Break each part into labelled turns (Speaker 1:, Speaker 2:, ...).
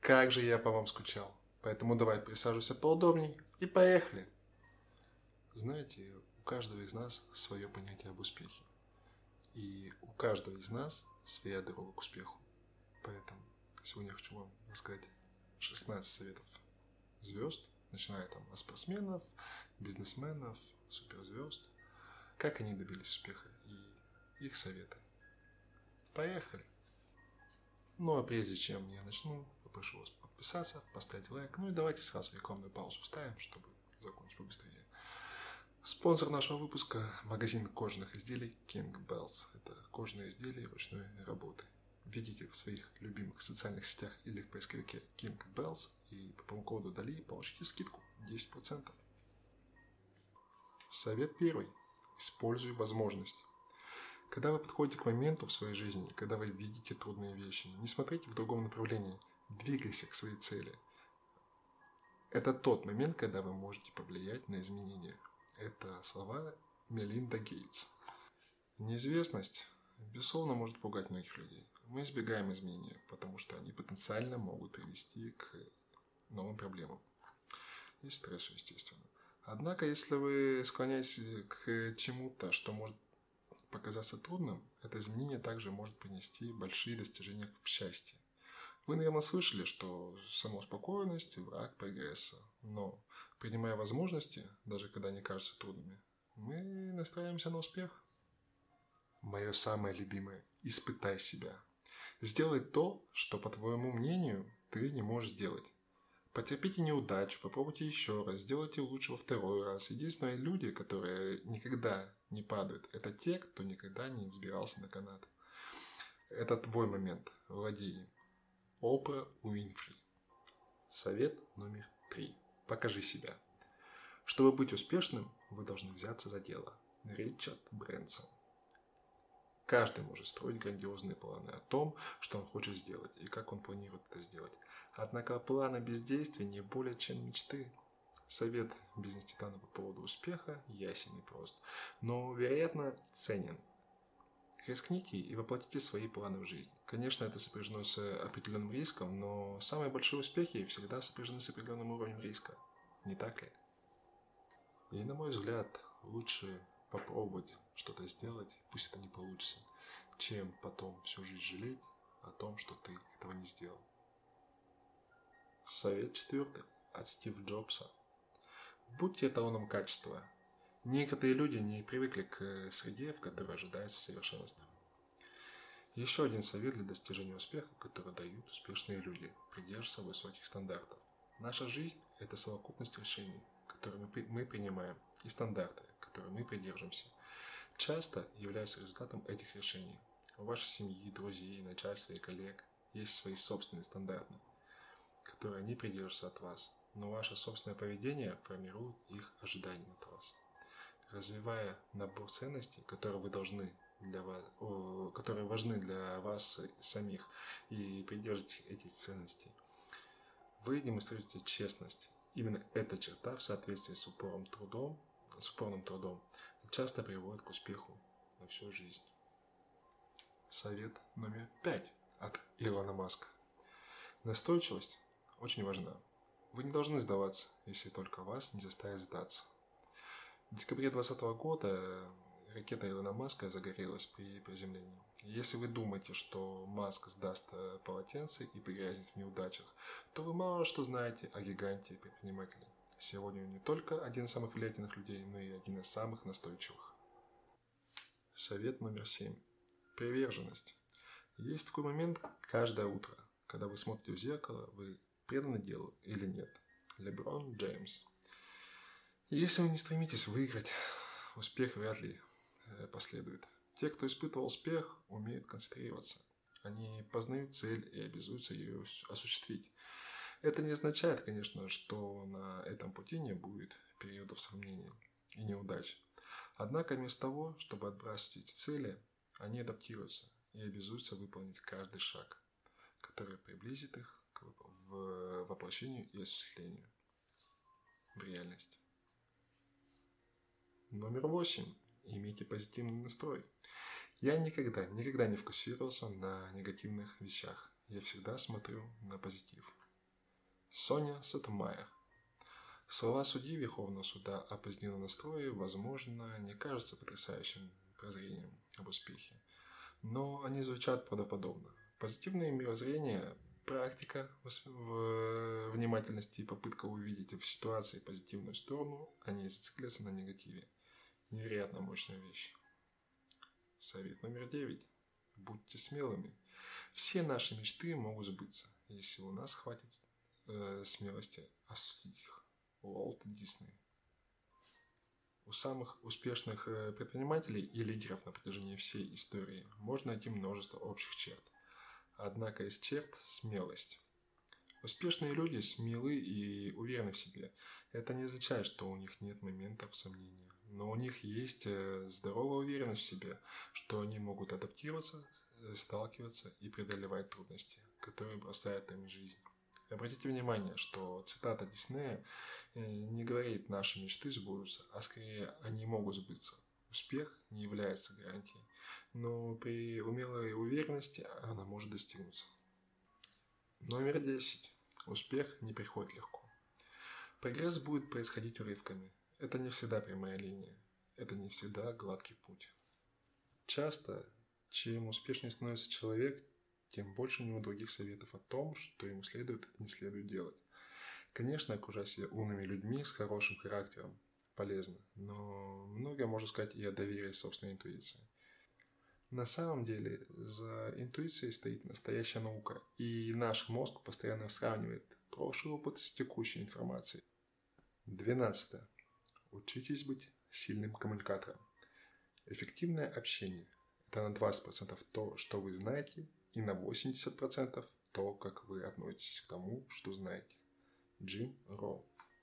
Speaker 1: Как же я по вам скучал. Поэтому давай присаживайся поудобней и поехали. Знаете, у каждого из нас свое понятие об успехе. И у каждого из нас своя дорога к успеху. Поэтому сегодня я хочу вам рассказать 16 советов звезд, начиная там от спортсменов, бизнесменов, суперзвезд, как они добились успеха и их советы. Поехали! Ну а прежде чем я начну, попрошу вас подписаться, поставить лайк, ну и давайте сразу рекламную паузу вставим, чтобы закончить побыстрее. Спонсор нашего выпуска – магазин кожаных изделий King Bells. Это кожаные изделия ручной работы. Введите в своих любимых социальных сетях или в поисковике King Bells и по промокоду DALI получите скидку 10%. Совет первый. Используй возможность. Когда вы подходите к моменту в своей жизни, когда вы видите трудные вещи, не смотрите в другом направлении, двигайся к своей цели. Это тот момент, когда вы можете повлиять на изменения. Это слова Мелинда Гейтс. Неизвестность, безусловно, может пугать многих людей. Мы избегаем изменения, потому что они потенциально могут привести к новым проблемам и стрессу, естественно. Однако, если вы склоняетесь к чему-то, что может показаться трудным, это изменение также может принести большие достижения в счастье. Вы, наверное, слышали, что самоуспокоенность – враг прогресса. Но, принимая возможности, даже когда они кажутся трудными, мы настраиваемся на успех. Мое самое любимое – испытай себя. Сделай то, что, по твоему мнению, ты не можешь сделать. Потерпите неудачу, попробуйте еще раз, сделайте лучше во второй раз. Единственные люди, которые никогда не падают, это те, кто никогда не взбирался на канат. Это твой момент, владей им. Опра Уинфри. Совет номер 3. Покажи себя. Чтобы быть успешным, вы должны взяться за дело. Ричард Брэнсон. Каждый может строить грандиозные планы о том, что он хочет сделать и как он планирует это сделать. Однако планы без действий не более чем мечты. Совет бизнес-титана по поводу успеха ясен и прост, но, вероятно, ценен. Рискните и воплотите свои планы в жизнь. Конечно, это сопряжено с определенным риском, но самые большие успехи всегда сопряжены с определенным уровнем риска. Не так ли? И, на мой взгляд, лучше попробовать что-то сделать, пусть это не получится, чем потом всю жизнь жалеть о том, что ты этого не сделал. Совет 4. От Стива Джобса. Будьте эталоном качества. Некоторые люди не привыкли к среде, в которой ожидается совершенство. Еще один совет для достижения успеха, который дают успешные люди – придерживаться высоких стандартов. Наша жизнь – это совокупность решений, которые мы принимаем, и стандарты, которые мы придерживаемся, часто являются результатом этих решений. У вашей семьи, друзей, начальства и коллег есть свои собственные стандарты, которые они придерживаются от вас, но ваше собственное поведение формирует их ожидания от вас. Развивая набор ценностей, которые которые важны для вас самих, и придерживайтесь этих ценностей, вы демонстрируете честность. Именно эта черта в соответствии с упорным трудом часто приводит к успеху на всю жизнь. Совет номер 5 от Илона Маска. Настойчивость очень важна. Вы не должны сдаваться, если только вас не заставят сдаться. В декабре 2020 года ракета Илона Маска загорелась при приземлении. Если вы думаете, что Маск сдаст полотенце и погрязнет в неудачах, то вы мало что знаете о гиганте предпринимателя. Сегодня он не только один из самых влиятельных людей, но и один из самых настойчивых. Совет номер 7. Приверженность. Есть такой момент каждое утро, когда вы смотрите в зеркало, вы преданы делу или нет. Леброн Джеймс. Если вы не стремитесь выиграть, успех вряд ли последует. Те, кто испытывал успех, умеют концентрироваться. Они познают цель и обязуются ее осуществить. Это не означает, конечно, что на этом пути не будет периодов сомнений и неудач. Однако вместо того, чтобы отбрасывать эти цели, они адаптируются и обязуются выполнить каждый шаг, который приблизит их к воплощению и осуществлению в реальность. Номер 8. Имейте позитивный настрой. Я никогда не фокусировался на негативных вещах. Я всегда смотрю на позитив. Соня Сотомайер. Слова судьи Верховного суда о позитивном настрое, возможно, не кажутся потрясающим прозрением об успехе, но они звучат правдоподобно. Позитивное мирозрение, практика внимательности и попытка увидеть в ситуации позитивную сторону, а не зациклиться на негативе. Невероятно мощная вещь. Совет номер 9. Будьте смелыми. Все наши мечты могут сбыться, если у нас хватит смелости осуществить их. Уолт Дисней. У самых успешных предпринимателей и лидеров на протяжении всей истории можно найти множество общих черт. Однако из черт – смелость. Успешные люди смелы и уверены в себе. Это не означает, что у них нет моментов сомнения. Но у них есть здоровая уверенность в себе, что они могут адаптироваться, сталкиваться и преодолевать трудности, которые бросает им жизнь. Обратите внимание, что цитата Диснея не говорит «наши мечты сбудутся», а скорее «они могут сбыться». Успех не является гарантией, но при умелой уверенности она может достигнуться. Номер 10. Успех не приходит легко. Прогресс будет происходить урывками. Это не всегда прямая линия. Это не всегда гладкий путь. Часто, чем успешнее становится человек, тем больше у него других советов о том, что ему следует и не следует делать. Конечно, окружать себя умными людьми с хорошим характером полезно, но многое можно сказать и о доверии собственной интуиции. На самом деле, за интуицией стоит настоящая наука, и наш мозг постоянно сравнивает прошлый опыт с текущей информацией. 12. Учитесь быть сильным коммуникатором. Эффективное общение – это на 20% то, что вы знаете, и на 80% то, как вы относитесь к тому, что знаете. Джим Роун.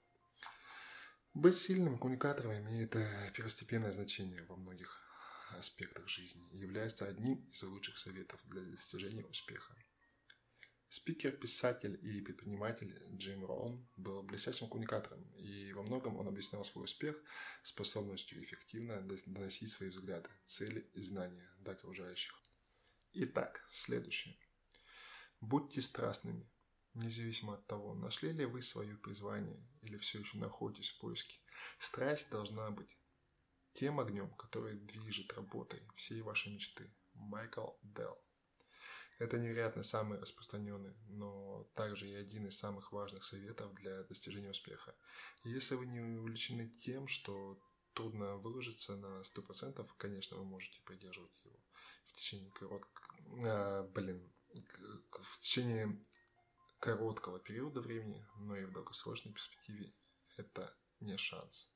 Speaker 1: Быть сильным коммуникатором имеет первостепенное значение во многих аспектах жизни и является одним из лучших советов для достижения успеха. Спикер, писатель и предприниматель Джим Роун был блестящим коммуникатором, и во многом он объяснял свой успех способностью эффективно доносить свои взгляды, цели и знания до окружающих. Итак, следующее. Будьте страстными. Независимо от того, нашли ли вы свое призвание или все еще находитесь в поиске, страсть должна быть тем огнем, который движет работой всей вашей мечты. Майкл Делл. Это невероятно самый распространенный, но также и один из самых важных советов для достижения успеха. Если вы не увлечены тем, что трудно выложиться на 100%, конечно, вы можете придерживать его в течение короткого периода времени, но и в долгосрочной перспективе это не шанс.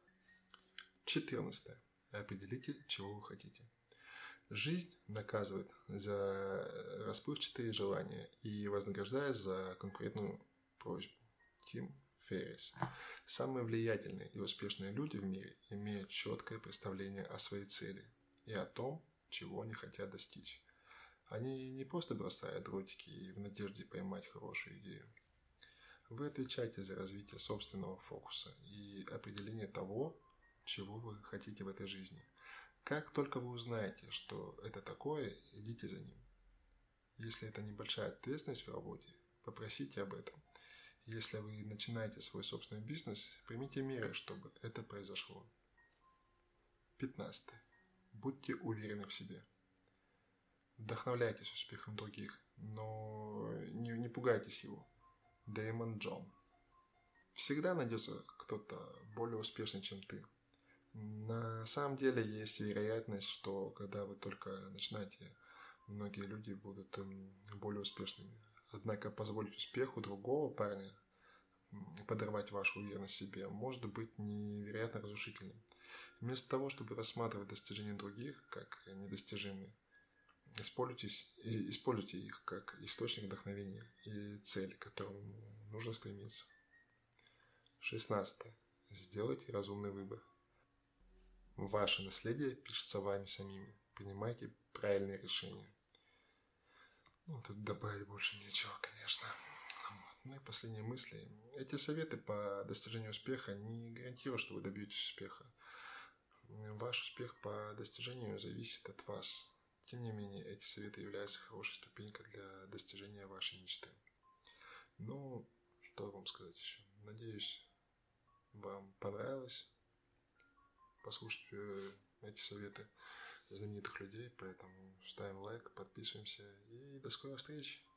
Speaker 1: 14. Определите, чего вы хотите. Жизнь наказывает за расплывчатые желания и вознаграждает за конкретную просьбу. Тим Феррис. Самые влиятельные и успешные люди в мире имеют четкое представление о своей цели и о том, чего они хотят достичь. Они не просто бросают дротики и в надежде поймать хорошую идею. Вы отвечаете за развитие собственного фокуса и определение того, чего вы хотите в этой жизни. Как только вы узнаете, что это такое, идите за ним. Если это небольшая ответственность в работе, попросите об этом. Если вы начинаете свой собственный бизнес, примите меры, чтобы это произошло. 15. Будьте уверены в себе. Вдохновляйтесь успехом других, но не пугайтесь его. Дэймон Джон. Всегда найдется кто-то более успешный, чем ты. На самом деле есть вероятность, что когда вы только начинаете, многие люди будут более успешными. Однако позволить успеху другого парня подорвать вашу уверенность в себе может быть невероятно разрушительным. Вместо того, чтобы рассматривать достижения других как недостижимые, используйте их как источник вдохновения и цель, к которому нужно стремиться. 16. Сделайте разумный выбор. Ваше наследие пишется вами самими. Принимайте правильные решения. Тут добавить больше нечего, конечно. Ну и последние мысли. Эти советы по достижению успеха не гарантируют, что вы добьетесь успеха. Ваш успех по достижению зависит от вас. Тем не менее, эти советы являются хорошей ступенькой для достижения вашей мечты. Ну, Что вам сказать еще? Надеюсь, вам понравилось послушать эти советы знаменитых людей, поэтому ставим лайк, подписываемся и до скорой встречи.